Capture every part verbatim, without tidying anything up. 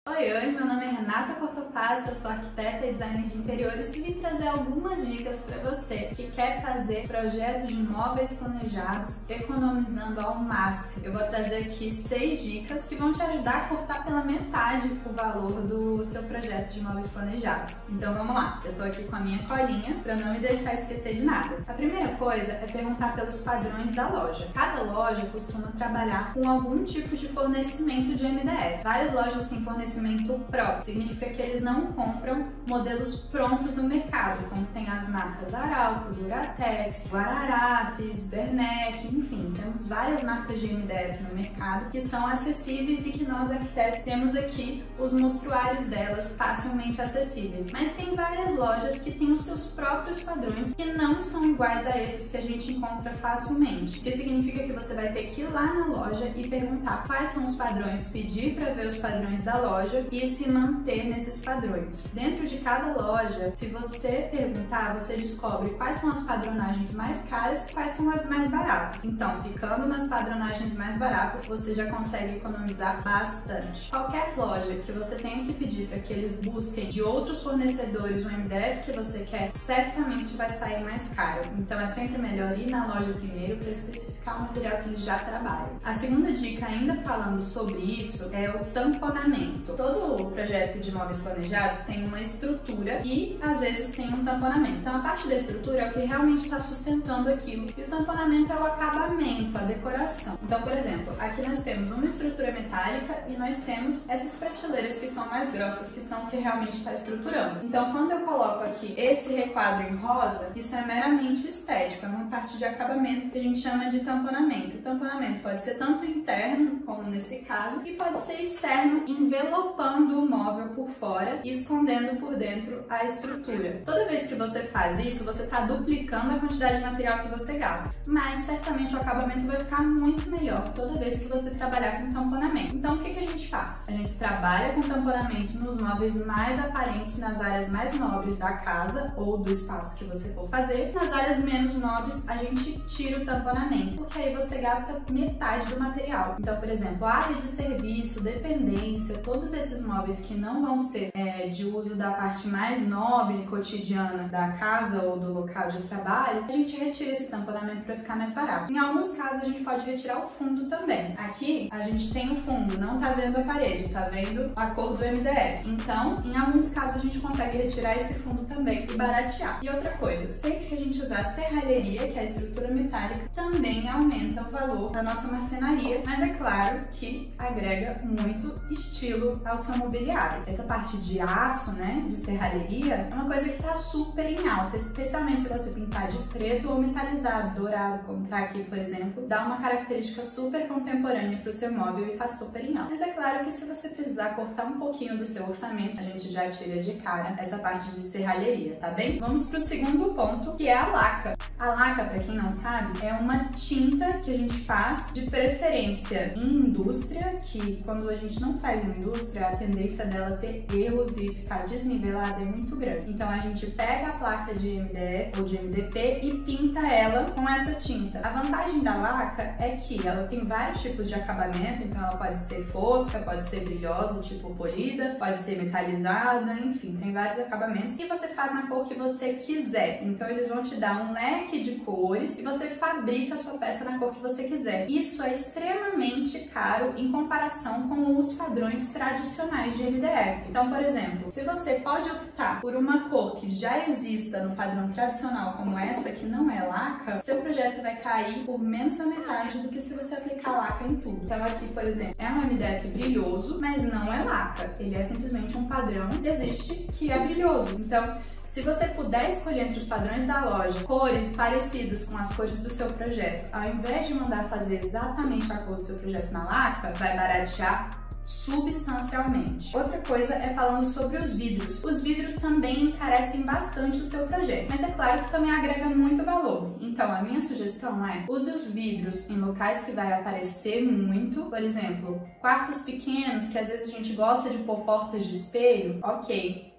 Oi, oi, meu nome é Renata Cortopassi, eu sou arquiteta e designer de interiores e vim trazer algumas dicas para você que quer fazer projetos de móveis planejados economizando ao máximo. Eu vou trazer aqui seis dicas que vão te ajudar a cortar pela metade o valor do seu projeto de móveis planejados. Então vamos lá, eu tô aqui com a minha colinha para não me deixar esquecer de nada. A primeira coisa é perguntar pelos padrões da loja. Cada loja costuma trabalhar com algum tipo de fornecimento de M D F. Várias lojas têm fornecimento próprio, significa que eles não compram modelos prontos no mercado, como tem as marcas Arauco, Duratex, Guararapes, Bernec, enfim, temos várias marcas de M D F no mercado que são acessíveis e que nós arquitetos temos aqui os mostruários delas facilmente acessíveis. Mas tem várias lojas que têm os seus próprios padrões que não são iguais a esses que a gente encontra facilmente, o que significa que você vai ter que ir lá na loja e perguntar quais são os padrões, pedir para ver os padrões da loja e se manter nesses padrões. Dentro de cada loja, se você perguntar, você descobre quais são as padronagens mais caras e quais são as mais baratas. Então, ficando nas padronagens mais baratas, você já consegue economizar bastante. Qualquer loja que você tenha que pedir para que eles busquem de outros fornecedores o M D F que você quer, certamente vai sair mais caro. Então, é sempre melhor ir na loja primeiro para especificar o material que eles já trabalham. A segunda dica, ainda falando sobre isso, é o tamponamento. Todo o projeto de móveis planejados tem uma estrutura e às vezes tem um tamponamento. Então a parte da estrutura é o que realmente está sustentando aquilo e o tamponamento é o acabamento, a decoração. Então, por exemplo, aqui nós temos uma estrutura metálica e nós temos essas prateleiras que são mais grossas, que são o que realmente está estruturando. Então quando eu coloco aqui esse requadro em rosa, isso é meramente estético, é uma parte de acabamento que a gente chama de tamponamento. O tamponamento pode ser tanto interno, como nesse caso, e pode ser externo, envelopado envelopando o móvel por fora e escondendo por dentro a estrutura. Toda vez que você faz isso, você está duplicando a quantidade de material que você gasta, mas certamente o acabamento vai ficar muito melhor toda vez que você trabalhar com tamponamento. Então, o que, que a gente faz? A gente trabalha com tamponamento nos móveis mais aparentes, nas áreas mais nobres da casa ou do espaço que você for fazer. Nas áreas menos nobres, a gente tira o tamponamento, porque aí você gasta metade do material. Então, por exemplo, a área de serviço, dependência, todos esses móveis que não vão ser é, de uso da parte mais nobre, cotidiana da casa ou do local de trabalho, a gente retira esse tamponamento para ficar mais barato. Em alguns casos a gente pode retirar o fundo também. Aqui a gente tem o fundo, não tá vendo a parede, tá vendo a cor do M D F. Então, em alguns casos a gente consegue retirar esse fundo também e baratear. E outra coisa, sempre que a gente usar serralheria, que é a estrutura metálica, também aumenta o valor da nossa marcenaria, mas é claro que agrega muito estilo ao seu mobiliário. Essa parte de aço, né, de serralheria, é uma coisa que tá super em alta, especialmente se você pintar de preto ou metalizado, dourado, como tá aqui, por exemplo, dá uma característica super contemporânea pro seu móvel e tá super em alta. Mas é claro que se você precisar cortar um pouquinho do seu orçamento, a gente já tira de cara essa parte de serralheria, tá bem? Vamos pro segundo ponto, que é a laca. A laca, para quem não sabe, é uma tinta que a gente faz de preferência em indústria, que quando a gente não faz em indústria, a tendência dela ter erros e ficar desnivelada é muito grande. Então a gente pega a placa de M D F ou de M D P e pinta ela com essa tinta. A vantagem da laca é que ela tem vários tipos de acabamento, então ela pode ser fosca, pode ser brilhosa, tipo polida, pode ser metalizada, enfim, tem vários acabamentos e você faz na cor que você quiser. Então eles vão te dar um leque de cores e você fabrica a sua peça na cor que você quiser. Isso é extremamente caro em comparação com os padrões tradicionais de M D F. Então, por exemplo, se você pode optar por uma cor que já exista no padrão tradicional, como essa, que não é laca, seu projeto vai cair por menos da metade do que se você aplicar laca em tudo. Então aqui, por exemplo, é um M D F brilhoso, mas não é laca. Ele é simplesmente um padrão que existe que é brilhoso. Então, se você puder escolher entre os padrões da loja cores parecidas com as cores do seu projeto, ao invés de mandar fazer exatamente a cor do seu projeto na laca, vai baratear substancialmente. Outra coisa é falando sobre os vidros. Os vidros também encarecem bastante o seu projeto, mas é claro que também agrega muito valor. Então a minha sugestão é use os vidros em locais que vai aparecer muito, por exemplo, quartos pequenos que às vezes a gente gosta de pôr portas de espelho, ok.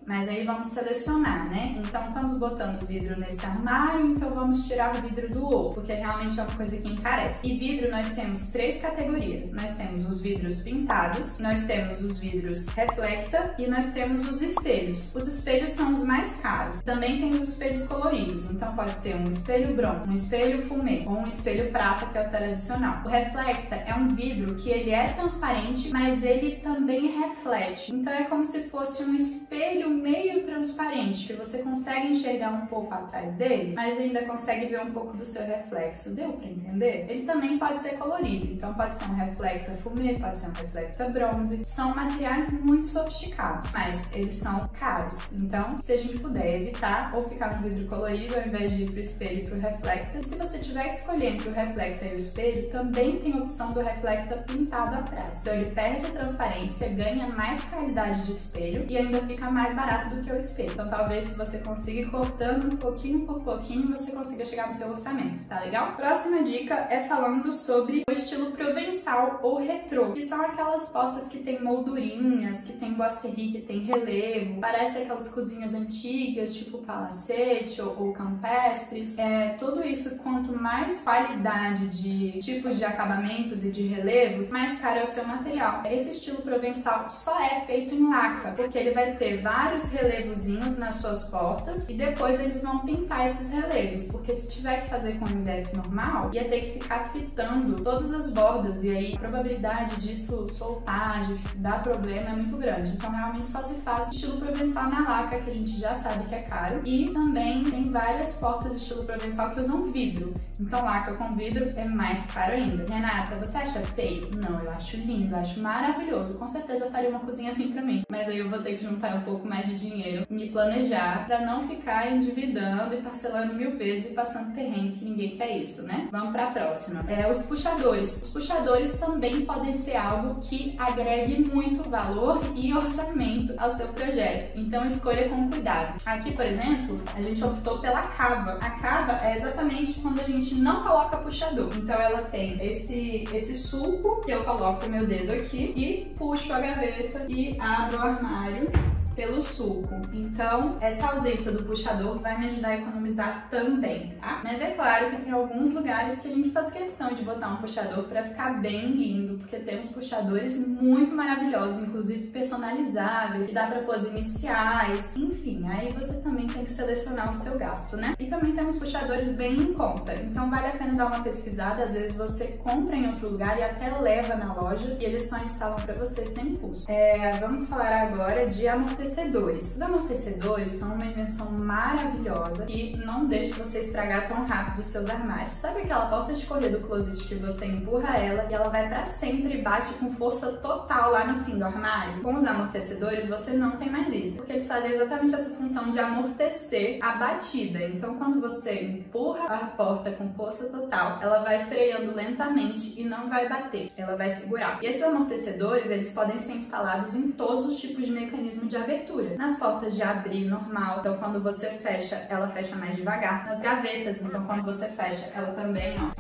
Mas aí vamos selecionar, né? Então estamos botando vidro nesse armário, então vamos tirar o vidro do outro, porque realmente é uma coisa que encarece. E vidro nós temos três categorias. Nós temos os vidros pintados, nós temos os vidros reflecta e nós temos os espelhos. Os espelhos são os mais caros. Também tem os espelhos coloridos, então pode ser um espelho bronze, um espelho fumê ou um espelho prata, que é o tradicional. O reflecta é um vidro que ele é transparente, mas ele também reflete. Então é como se fosse um espelho meio transparente, que você consegue enxergar um pouco atrás dele, mas ainda consegue ver um pouco do seu reflexo. Deu pra entender? Ele também pode ser colorido, então pode ser um reflecta fumê, pode ser um reflecta bronze. São materiais muito sofisticados, mas eles são caros. Então, se a gente puder evitar ou ficar no vidro colorido ao invés de ir pro espelho e pro reflecta, e se você tiver que escolher entre o reflecta e o espelho, também tem a opção do reflecta pintado atrás. Então ele perde a transparência, ganha mais qualidade de espelho e ainda fica mais barato do que o espelho. Então talvez se você consiga ir cortando um pouquinho por pouquinho, você consiga chegar no seu orçamento, tá legal? Próxima dica é falando sobre o estilo provençal ou retrô, que são aquelas portas que tem moldurinhas, que tem boisserie, que tem relevo, parece aquelas cozinhas antigas, tipo palacete ou, ou campestres. É, tudo isso, quanto mais qualidade de tipos de acabamentos e de relevos, mais caro é o seu material. Esse estilo provençal só é feito em laca, porque ele vai ter vários relevozinhos nas suas portas e depois eles vão pintar esses relevos, porque se tiver que fazer com M D F normal, ia ter que ficar fitando todas as bordas e aí a probabilidade disso soltar, de dar problema é muito grande. Então realmente só se faz estilo provençal na laca, que a gente já sabe que é caro, e também tem várias portas estilo provençal que usam vidro. Então laca com vidro é mais caro ainda. Renata, você acha feio? Não, eu acho lindo, eu acho maravilhoso. Com certeza faria uma cozinha assim pra mim. Mas aí eu vou ter que juntar um pouco mais de dinheiro, me planejar, pra não ficar endividando e parcelando mil vezes e passando perrengue, que ninguém quer isso, né? Vamos pra próxima. É os puxadores. Os puxadores também podem ser algo que agregue muito valor e orçamento ao seu projeto. Então escolha com cuidado. Aqui, por exemplo, a gente optou pela cava. A cava é exatamente quando a gente não coloca puxador. Então ela tem esse, esse sulco que eu coloco o meu dedo aqui e puxo a gaveta e abro o armário pelo sulco. Então, essa ausência do puxador vai me ajudar a economizar também, tá? Mas é claro que tem alguns lugares que a gente faz questão de botar um puxador para ficar bem lindo, porque temos puxadores muito maravilhosos, inclusive personalizáveis, que dá para pôr iniciais, enfim, aí você também tem que selecionar o seu gasto, né? E também temos puxadores bem em conta, então vale a pena dar uma pesquisada, às vezes você compra em outro lugar e até leva na loja e eles só instalam para você sem custo. É, vamos falar agora de amortecedores. Amortecedores. Os amortecedores são uma invenção maravilhosa que não deixa você estragar tão rápido os seus armários. Sabe aquela porta de correr do closet que você empurra ela e ela vai pra sempre e bate com força total lá no fim do armário? Com os amortecedores você não tem mais isso, porque eles fazem exatamente essa função de amortecer a batida. Então quando você empurra a porta com força total, ela vai freando lentamente e não vai bater, ela vai segurar. E esses amortecedores, eles podem ser instalados em todos os tipos de mecanismo de abertura. Nas portas de abrir normal, então quando você fecha, ela fecha mais devagar. Nas gavetas, então quando você fecha, ela também, ó,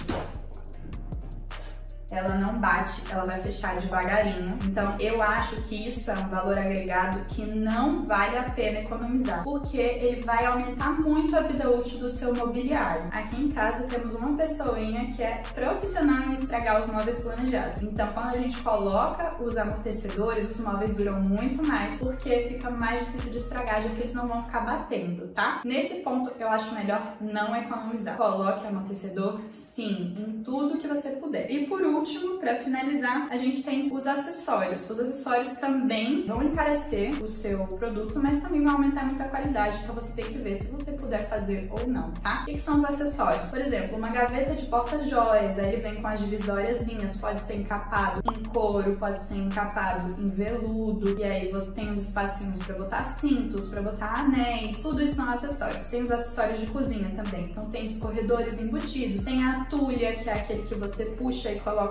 ela não bate, ela vai fechar devagarinho. Então eu acho que isso é um valor agregado que não vale a pena economizar, porque ele vai aumentar muito a vida útil do seu mobiliário. Aqui em casa temos uma pessoinha que é profissional em estragar os móveis planejados. Então quando a gente coloca os amortecedores, os móveis duram muito mais, porque fica mais difícil de estragar, já que eles não vão ficar batendo, tá? Nesse ponto eu acho melhor não economizar. Coloque amortecedor sim, em tudo que você puder. E por último, último, para finalizar, a gente tem os acessórios. Os acessórios também vão encarecer o seu produto, mas também vão aumentar muito a qualidade, então você tem que ver se você puder fazer ou não, tá? O que são os acessórios? Por exemplo, uma gaveta de porta-joias, aí ele vem com as divisóriazinhas, pode ser encapado em couro, pode ser encapado em veludo, e aí você tem os espacinhos para botar cintos, para botar anéis, tudo isso são acessórios. Tem os acessórios de cozinha também, então tem escorredores embutidos, tem a tulha, que é aquele que você puxa e coloca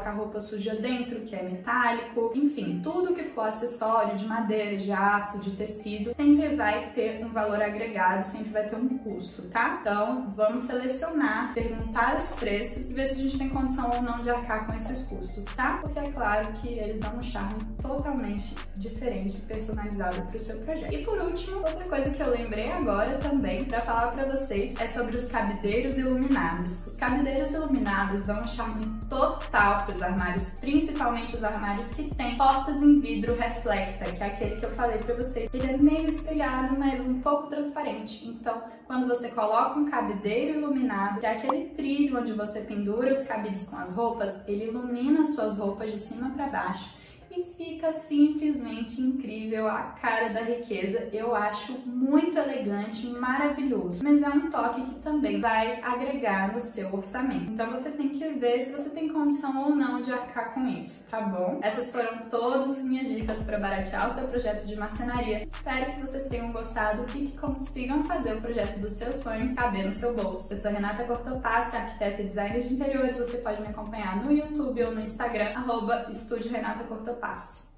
colocar roupa suja dentro, que é metálico, enfim, tudo que for acessório de madeira, de aço, de tecido, sempre vai ter um valor agregado, sempre vai ter um custo, tá? Então, vamos selecionar, perguntar os preços e ver se a gente tem condição ou não de arcar com esses custos, tá? Porque é claro que eles dão um charme totalmente diferente e personalizado para o seu projeto. E por último, outra coisa que eu lembrei agora também para falar para vocês é sobre os cabideiros iluminados. Os cabideiros iluminados dão um charme total para os armários, principalmente os armários que têm portas em vidro reflecta, que é aquele que eu falei para vocês. Ele é meio espelhado, mas um pouco transparente. Então, quando você coloca um cabideiro iluminado, que é aquele trilho onde você pendura os cabides com as roupas, ele ilumina suas roupas de cima para baixo. E fica simplesmente incrível, a cara da riqueza. Eu acho muito elegante, maravilhoso. Mas é um toque que também vai agregar no seu orçamento. Então você tem que ver se você tem condição ou não de arcar com isso, tá bom? Essas foram todas as minhas dicas para baratear o seu projeto de marcenaria. Espero que vocês tenham gostado e que consigam fazer o projeto dos seus sonhos caber no seu bolso. Eu sou Renata Cortopassi, arquiteta e designer de interiores. Você pode me acompanhar no YouTube ou no Instagram, arroba Estúdio Renata Cortopassi.